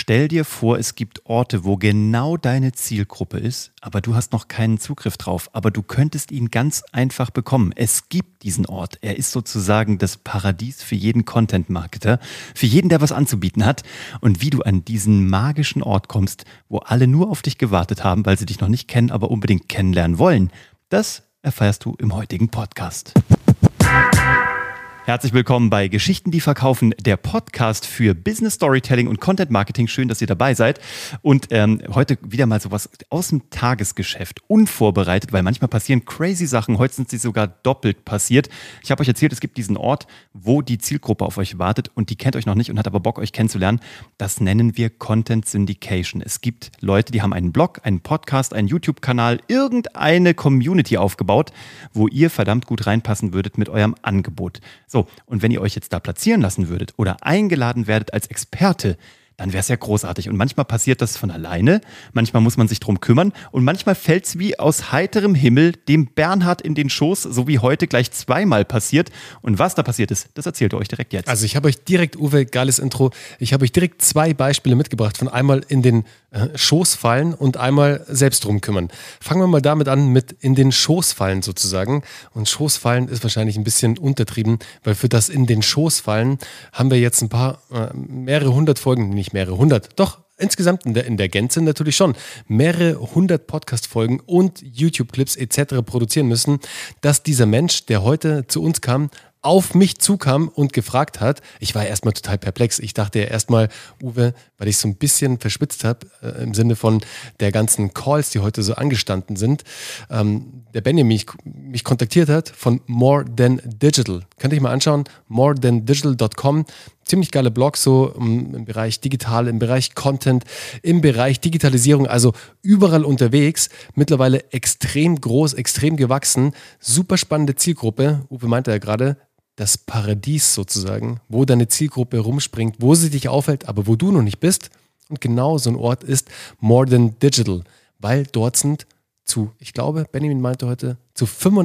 Stell dir vor, es gibt Orte, wo genau deine Zielgruppe ist, aber du hast noch keinen Zugriff drauf. Aber du könntest ihn ganz einfach bekommen. Es gibt diesen Ort. Er ist sozusagen das Paradies für jeden Content-Marketer, für jeden, der was anzubieten hat. Und wie du an diesen magischen Ort kommst, wo alle nur auf dich gewartet haben, weil sie dich noch nicht kennen, aber unbedingt kennenlernen wollen, das erfährst du im heutigen Podcast. Herzlich willkommen bei Geschichten, die verkaufen, der Podcast für Business Storytelling und Content Marketing. Schön, dass ihr dabei seid. Und heute wieder mal sowas aus dem Tagesgeschäft, unvorbereitet, weil manchmal passieren crazy Sachen. Heute sind sie sogar doppelt passiert. Ich habe euch erzählt, es gibt diesen Ort, wo die Zielgruppe auf euch wartet und die kennt euch noch nicht und hat aber Bock, euch kennenzulernen. Das nennen wir Content Syndication. Es gibt Leute, die haben einen Blog, einen Podcast, einen YouTube-Kanal, irgendeine Community aufgebaut, wo ihr verdammt gut reinpassen würdet mit eurem Angebot. So, und wenn ihr euch jetzt da platzieren lassen würdet oder eingeladen werdet als Experte, dann wäre es ja großartig. Und manchmal passiert das von alleine, manchmal muss man sich drum kümmern und manchmal fällt es wie aus heiterem Himmel dem Bernhard in den Schoß, so wie heute gleich zweimal passiert. Und was da passiert ist, das erzählt ihr euch direkt jetzt. Also ich habe euch direkt, Uwe, geiles Intro, ich habe euch direkt 2 Beispiele mitgebracht, von einmal in den Schoß fallen und einmal selbst drum kümmern. Fangen wir mal damit an, mit in den Schoß fallen sozusagen. Und Schoß fallen ist wahrscheinlich ein bisschen untertrieben, weil für das in den Schoß fallen haben wir jetzt mehrere hundert Folgen, nicht mehrere hundert, doch insgesamt in der Gänze natürlich schon, mehrere hundert Podcast-Folgen und YouTube-Clips etc. produzieren müssen, dass dieser Mensch, der heute zu uns kam, auf mich zukam und gefragt hat. Ich war erstmal total perplex. Ich dachte ja erstmal, Uwe, weil ich so ein bisschen verschwitzt habe, im Sinne von der ganzen Calls, die heute so angestanden sind, der Benjamin mich kontaktiert hat von More Than Digital. Könnt ihr euch mal anschauen, morethandigital.com. Ziemlich geiler Blog, so im Bereich Digital, im Bereich Content, im Bereich Digitalisierung, also überall unterwegs. Mittlerweile extrem groß, extrem gewachsen, super spannende Zielgruppe. Uwe meinte ja gerade, das Paradies sozusagen, wo deine Zielgruppe rumspringt, wo sie dich aufhält, aber wo du noch nicht bist. Und genau so ein Ort ist More Than Digital, weil dort sind ich glaube, Benjamin meinte heute, zu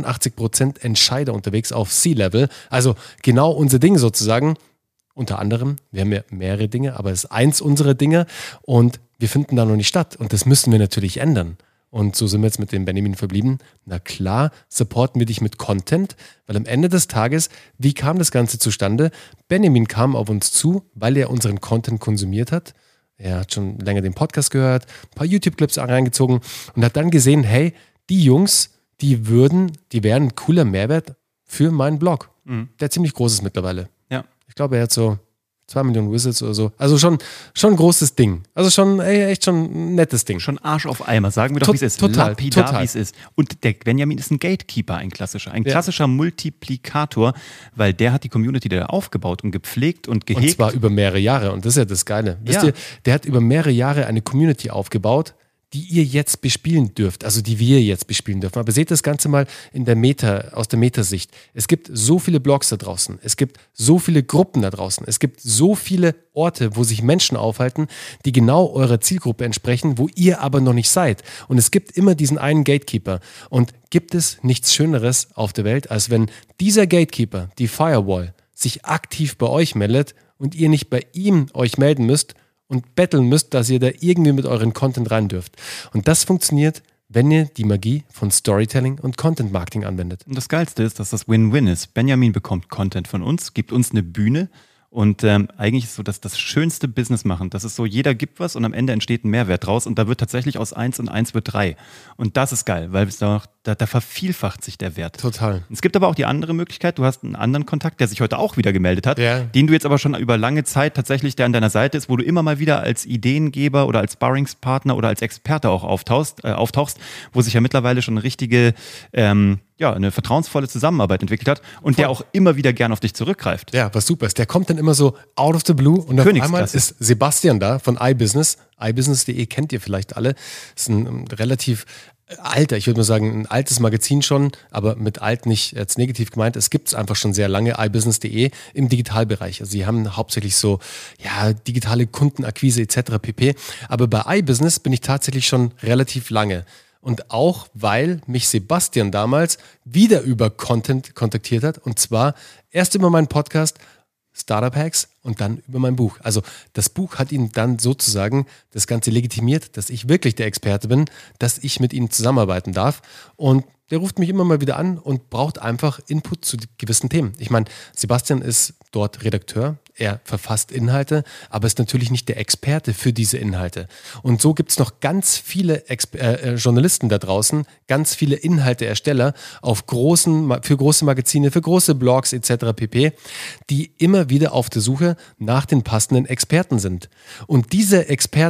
85% Entscheider unterwegs auf C-Level. Also genau unser Ding sozusagen. Unter anderem, wir haben ja mehrere Dinge, aber es ist eins unserer Dinge und wir finden da noch nicht statt. Und das müssen wir natürlich ändern. Und so sind wir jetzt mit dem Benjamin verblieben. Na klar, supporten wir dich mit Content, weil am Ende des Tages, wie kam das Ganze zustande? Benjamin kam auf uns zu, weil er unseren Content konsumiert hat. Er hat schon länger den Podcast gehört, ein paar YouTube-Clips reingezogen und hat dann gesehen, hey, die Jungs, die wären ein cooler Mehrwert für meinen Blog, der ziemlich groß ist mittlerweile. Ja. Ich glaube, er hat so 2 Millionen Visits oder so. Also schon ein großes Ding. Also schon echt schon ein nettes Ding. Schon Arsch auf Eimer, sagen wir doch, wie es ist. Total. Wie es ist. Und der Benjamin ist ein Gatekeeper, ein klassischer Multiplikator, weil der hat die Community da aufgebaut und gepflegt und gehegt. Und zwar über mehrere Jahre. Und das ist ja das Geile. Wisst ihr, der hat über mehrere Jahre eine Community aufgebaut, die ihr jetzt bespielen dürft, also die wir jetzt bespielen dürfen. Aber seht das Ganze mal aus der Metasicht. Es gibt so viele Blogs da draußen, es gibt so viele Gruppen da draußen, es gibt so viele Orte, wo sich Menschen aufhalten, die genau eurer Zielgruppe entsprechen, wo ihr aber noch nicht seid. Und es gibt immer diesen einen Gatekeeper. Und gibt es nichts Schöneres auf der Welt, als wenn dieser Gatekeeper, die Firewall, sich aktiv bei euch meldet und ihr nicht bei ihm euch melden müsst, und betteln müsst, dass ihr da irgendwie mit euren Content rein dürft. Und das funktioniert, wenn ihr die Magie von Storytelling und Content Marketing anwendet. Und das Geilste ist, dass das Win-Win ist. Benjamin bekommt Content von uns, gibt uns eine Bühne und eigentlich ist so, dass das schönste Business machen. Das ist so, jeder gibt was und am Ende entsteht ein Mehrwert draus und da wird tatsächlich aus 1 und 1 wird 3. Und das ist geil, weil da vervielfacht sich der Wert. Total. Es gibt aber auch die andere Möglichkeit, du hast einen anderen Kontakt, der sich heute auch wieder gemeldet hat, ja, den du jetzt aber schon über lange Zeit tatsächlich, der an deiner Seite ist, wo du immer mal wieder als Ideengeber oder als Sparringspartner oder als Experte auch auftauchst, wo sich ja mittlerweile schon eine richtige, eine vertrauensvolle Zusammenarbeit entwickelt hat und der auch immer wieder gern auf dich zurückgreift. Ja, was super ist. Der kommt dann immer so out of the blue und auf einmal ist Sebastian da von iBusiness. iBusiness.de kennt ihr vielleicht alle. Das ist ein relativ alter, ich würde mal sagen, ein altes Magazin schon, aber mit alt nicht jetzt negativ gemeint. Es gibt es einfach schon sehr lange, iBusiness.de im Digitalbereich. Also sie haben hauptsächlich so, digitale Kundenakquise etc. pp. Aber bei iBusiness bin ich tatsächlich schon relativ lange. Und auch, weil mich Sebastian damals wieder über Content kontaktiert hat. Und zwar erst über meinen Podcast, Startup-Hacks und dann über mein Buch. Also das Buch hat ihn dann sozusagen das Ganze legitimiert, dass ich wirklich der Experte bin, dass ich mit ihm zusammenarbeiten darf. Und der ruft mich immer mal wieder an und braucht einfach Input zu gewissen Themen. Ich meine, Sebastian ist dort Redakteur, er verfasst Inhalte, aber ist natürlich nicht der Experte für diese Inhalte. Und so gibt es noch ganz viele Journalisten da draußen, ganz viele Inhalteersteller für große Magazine, für große Blogs etc. pp., die immer wieder auf der Suche nach den passenden Experten sind. Und dieser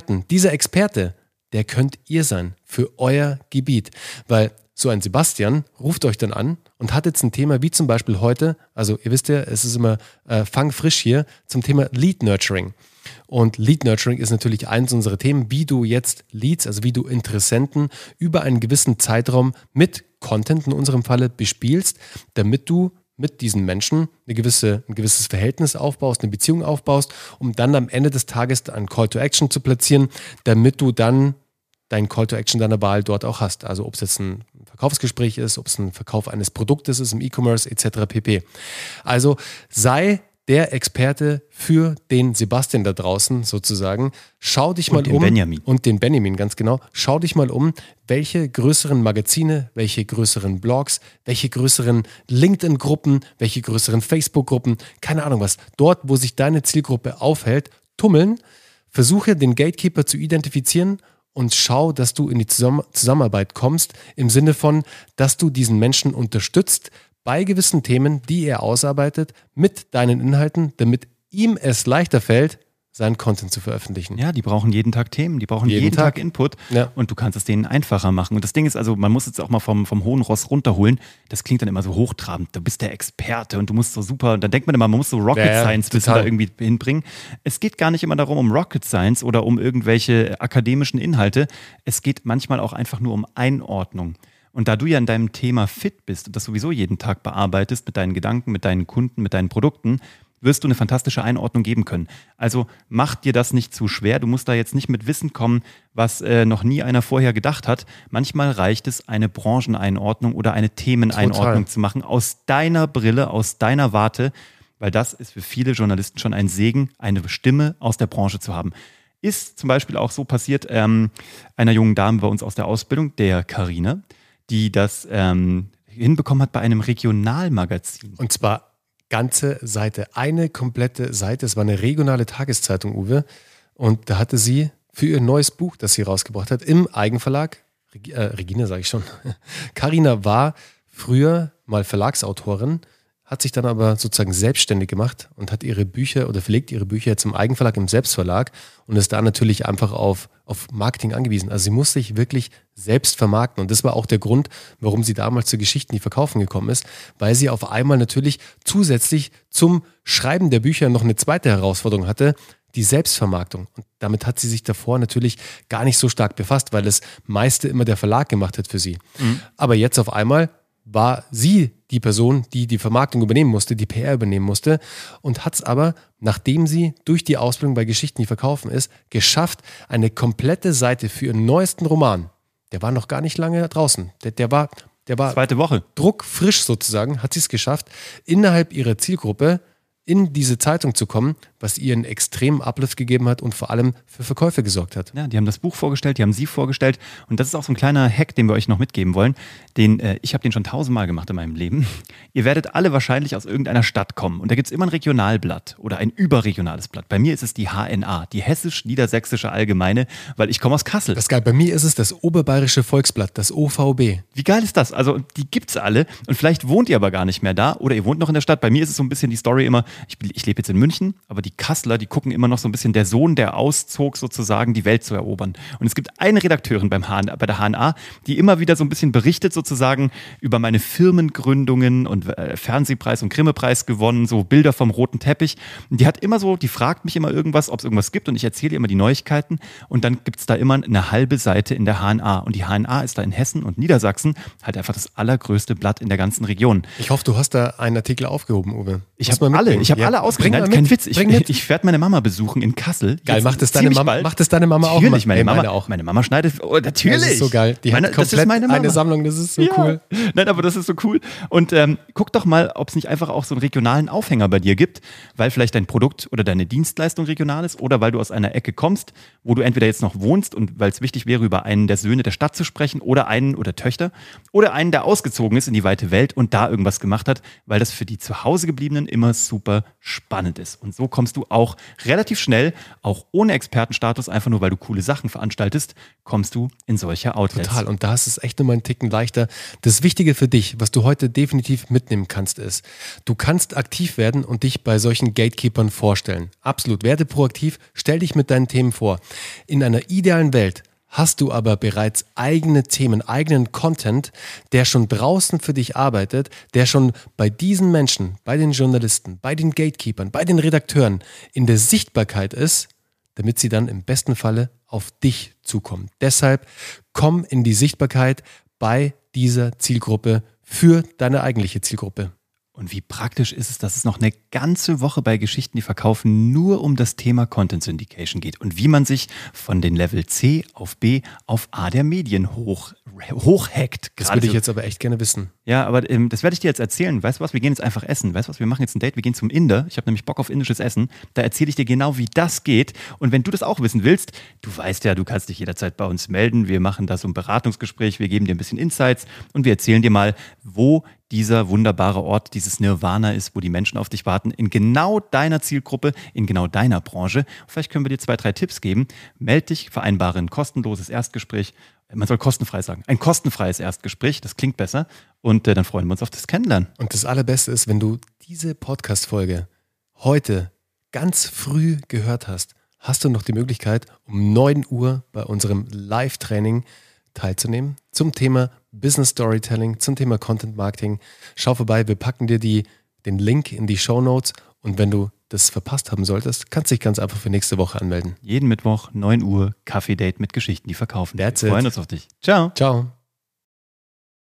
Experte, der könnt ihr sein für euer Gebiet, weil so ein Sebastian ruft euch dann an und hat jetzt ein Thema wie zum Beispiel heute, also ihr wisst ja, es ist immer fangfrisch hier, zum Thema Lead Nurturing. Und Lead Nurturing ist natürlich eins unserer Themen, wie du jetzt Leads, also wie du Interessenten über einen gewissen Zeitraum mit Content in unserem Falle bespielst, damit du mit diesen Menschen ein gewisses Verhältnis aufbaust, eine Beziehung aufbaust, um dann am Ende des Tages einen Call to Action zu platzieren, damit du dann deinen Call to Action deiner Wahl dort auch hast. Also ob es jetzt ein Verkaufsgespräch ist, ob es ein Verkauf eines Produktes ist im E-Commerce etc. pp. Also sei der Experte für den Sebastian da draußen sozusagen. Schau dich mal um. Und den Benjamin, ganz genau. Schau dich mal um, welche größeren Magazine, welche größeren Blogs, welche größeren LinkedIn-Gruppen, welche größeren Facebook-Gruppen, keine Ahnung was, dort, wo sich deine Zielgruppe aufhält, tummeln. Versuche den Gatekeeper zu identifizieren und schau, dass du in die Zusammenarbeit kommst, im Sinne von, dass du diesen Menschen unterstützt bei gewissen Themen, die er ausarbeitet, mit deinen Inhalten, damit ihm es leichter fällt, seinen Content zu veröffentlichen. Ja, die brauchen jeden Tag Themen, die brauchen jeden Tag Input und du kannst es denen einfacher machen. Und das Ding ist also, man muss jetzt auch mal vom hohen Ross runterholen. Das klingt dann immer so hochtrabend. Du bist der Experte und du musst so super, und dann denkt man immer, man muss so Rocket Science Wissen da irgendwie hinbringen. Es geht gar nicht immer darum, um Rocket Science oder um irgendwelche akademischen Inhalte. Es geht manchmal auch einfach nur um Einordnung. Und da du ja in deinem Thema fit bist und das sowieso jeden Tag bearbeitest mit deinen Gedanken, mit deinen Kunden, mit deinen Produkten, wirst du eine fantastische Einordnung geben können. Also mach dir das nicht zu schwer. Du musst da jetzt nicht mit Wissen kommen, was noch nie einer vorher gedacht hat. Manchmal reicht es, eine Brancheneinordnung oder eine Themeneinordnung zu machen, aus deiner Brille, aus deiner Warte, weil das ist für viele Journalisten schon ein Segen, eine Stimme aus der Branche zu haben. Ist zum Beispiel auch so passiert, einer jungen Dame bei uns aus der Ausbildung, der Carina, die das hinbekommen hat bei einem Regionalmagazin. Und zwar ganze Seite, eine komplette Seite. Es war eine regionale Tageszeitung, Uwe. Und da hatte sie für ihr neues Buch, das sie rausgebracht hat, im Eigenverlag, Regina sage ich schon, Carina war früher mal Verlagsautorin, hat sich dann aber sozusagen selbstständig gemacht und hat ihre Bücher oder verlegt ihre Bücher jetzt im Eigenverlag, im Selbstverlag und ist da natürlich einfach auf Marketing angewiesen. Also sie muss sich wirklich selbst vermarkten und das war auch der Grund, warum sie damals zu Geschichten, die verkaufen gekommen ist, weil sie auf einmal natürlich zusätzlich zum Schreiben der Bücher noch eine zweite Herausforderung hatte, die Selbstvermarktung. Und damit hat sie sich davor natürlich gar nicht so stark befasst, weil das meiste immer der Verlag gemacht hat für sie. Mhm. Aber jetzt auf einmal war sie die Person, die die Vermarktung übernehmen musste, die PR übernehmen musste und hat es aber, nachdem sie durch die Ausbildung bei Geschichten, die verkaufen ist, geschafft, eine komplette Seite für ihren neuesten Roman, der war noch gar nicht lange draußen, der war zweite Woche, druckfrisch sozusagen, hat sie es geschafft, innerhalb ihrer Zielgruppe in diese Zeitung zu kommen, was ihr einen extremen Uplift gegeben hat und vor allem für Verkäufe gesorgt hat. Ja, die haben das Buch vorgestellt, die haben sie vorgestellt und das ist auch so ein kleiner Hack, den wir euch noch mitgeben wollen. Ich habe den schon 1000-mal gemacht in meinem Leben. Ihr werdet alle wahrscheinlich aus irgendeiner Stadt kommen und da gibt es immer ein Regionalblatt oder ein überregionales Blatt. Bei mir ist es die HNA, die Hessisch-Niedersächsische Allgemeine, weil ich komme aus Kassel. Das ist geil. Bei mir ist es das Oberbayerische Volksblatt, das OVB. Wie geil ist das? Also die gibt's alle und vielleicht wohnt ihr aber gar nicht mehr da oder ihr wohnt noch in der Stadt. Bei mir ist es so ein bisschen die Story immer, ich lebe jetzt in München, aber die Kasseler, die gucken immer noch so ein bisschen der Sohn, der auszog, sozusagen die Welt zu erobern. Und es gibt eine Redakteurin bei der HNA, die immer wieder so ein bisschen berichtet sozusagen über meine Firmengründungen und Fernsehpreis und Grimme-Preis gewonnen, so Bilder vom roten Teppich. Und die fragt mich immer irgendwas, ob es irgendwas gibt und ich erzähle ihr immer die Neuigkeiten und dann gibt es da immer eine halbe Seite in der HNA. Und die HNA ist da in Hessen und Niedersachsen halt einfach das allergrößte Blatt in der ganzen Region. Ich hoffe, du hast da einen Artikel aufgehoben, Uwe. Ich habe alle. Ich habe alle ausgeliehen. Kein Witz. Ich werde meine Mama besuchen in Kassel. Geil, macht das deine Mama auch? Natürlich, meine Mama schneidet. Oh, natürlich. Das ist so geil. Die hat komplett eine Sammlung, das ist so cool. Nein, aber das ist so cool. Und guck doch mal, ob es nicht einfach auch so einen regionalen Aufhänger bei dir gibt, weil vielleicht dein Produkt oder deine Dienstleistung regional ist oder weil du aus einer Ecke kommst, wo du entweder jetzt noch wohnst und weil es wichtig wäre, über einen der Söhne der Stadt zu sprechen oder einen oder Töchter oder einen, der ausgezogen ist in die weite Welt und da irgendwas gemacht hat, weil das für die zu Hause gebliebenen immer super spannend ist. Und so kommst du auch relativ schnell, auch ohne Expertenstatus, einfach nur weil du coole Sachen veranstaltest, kommst du in solche Outlets. Total. Und da ist es echt nochmal einen Ticken leichter. Das Wichtige für dich, was du heute definitiv mitnehmen kannst, ist, du kannst aktiv werden und dich bei solchen Gatekeepern vorstellen. Absolut. Werde proaktiv, stell dich mit deinen Themen vor. In einer idealen Welt hast du aber bereits eigene Themen, eigenen Content, der schon draußen für dich arbeitet, der schon bei diesen Menschen, bei den Journalisten, bei den Gatekeepern, bei den Redakteuren in der Sichtbarkeit ist, damit sie dann im besten Falle auf dich zukommen. Deshalb komm in die Sichtbarkeit bei dieser Zielgruppe für deine eigentliche Zielgruppe. Und wie praktisch ist es, dass es noch eine ganze Woche bei Geschichten, die verkaufen, nur um das Thema Content Syndication geht und wie man sich von den Level C auf B auf A der Medien hochhackt. Das würde ich jetzt aber echt gerne wissen. Ja, aber das werde ich dir jetzt erzählen. Weißt du was, wir gehen jetzt einfach essen. Weißt du was, wir machen jetzt ein Date, wir gehen zum Inder. Ich habe nämlich Bock auf indisches Essen. Da erzähle ich dir genau, wie das geht. Und wenn du das auch wissen willst, du weißt ja, du kannst dich jederzeit bei uns melden. Wir machen da so ein Beratungsgespräch, wir geben dir ein bisschen Insights und wir erzählen dir mal, wo dieser wunderbare Ort, dieses Nirvana ist, wo die Menschen auf dich warten, in genau deiner Zielgruppe, in genau deiner Branche. Vielleicht können wir dir 2, 3 Tipps geben. Meld dich, vereinbare ein kostenloses Erstgespräch. Man soll kostenfrei sagen. Ein kostenfreies Erstgespräch, das klingt besser. Und dann freuen wir uns auf das Kennenlernen. Und das Allerbeste ist, wenn du diese Podcast-Folge heute ganz früh gehört hast, hast du noch die Möglichkeit, um 9 Uhr bei unserem Live-Training teilzunehmen zum Thema Business Storytelling, zum Thema Content Marketing. Schau vorbei, wir packen dir den Link in die Shownotes und wenn du das verpasst haben solltest, kannst du dich ganz einfach für nächste Woche anmelden. Jeden Mittwoch, 9 Uhr, Kaffee-Date mit Geschichten, die verkaufen. That's wir freuen uns auf dich. Ciao. Ciao.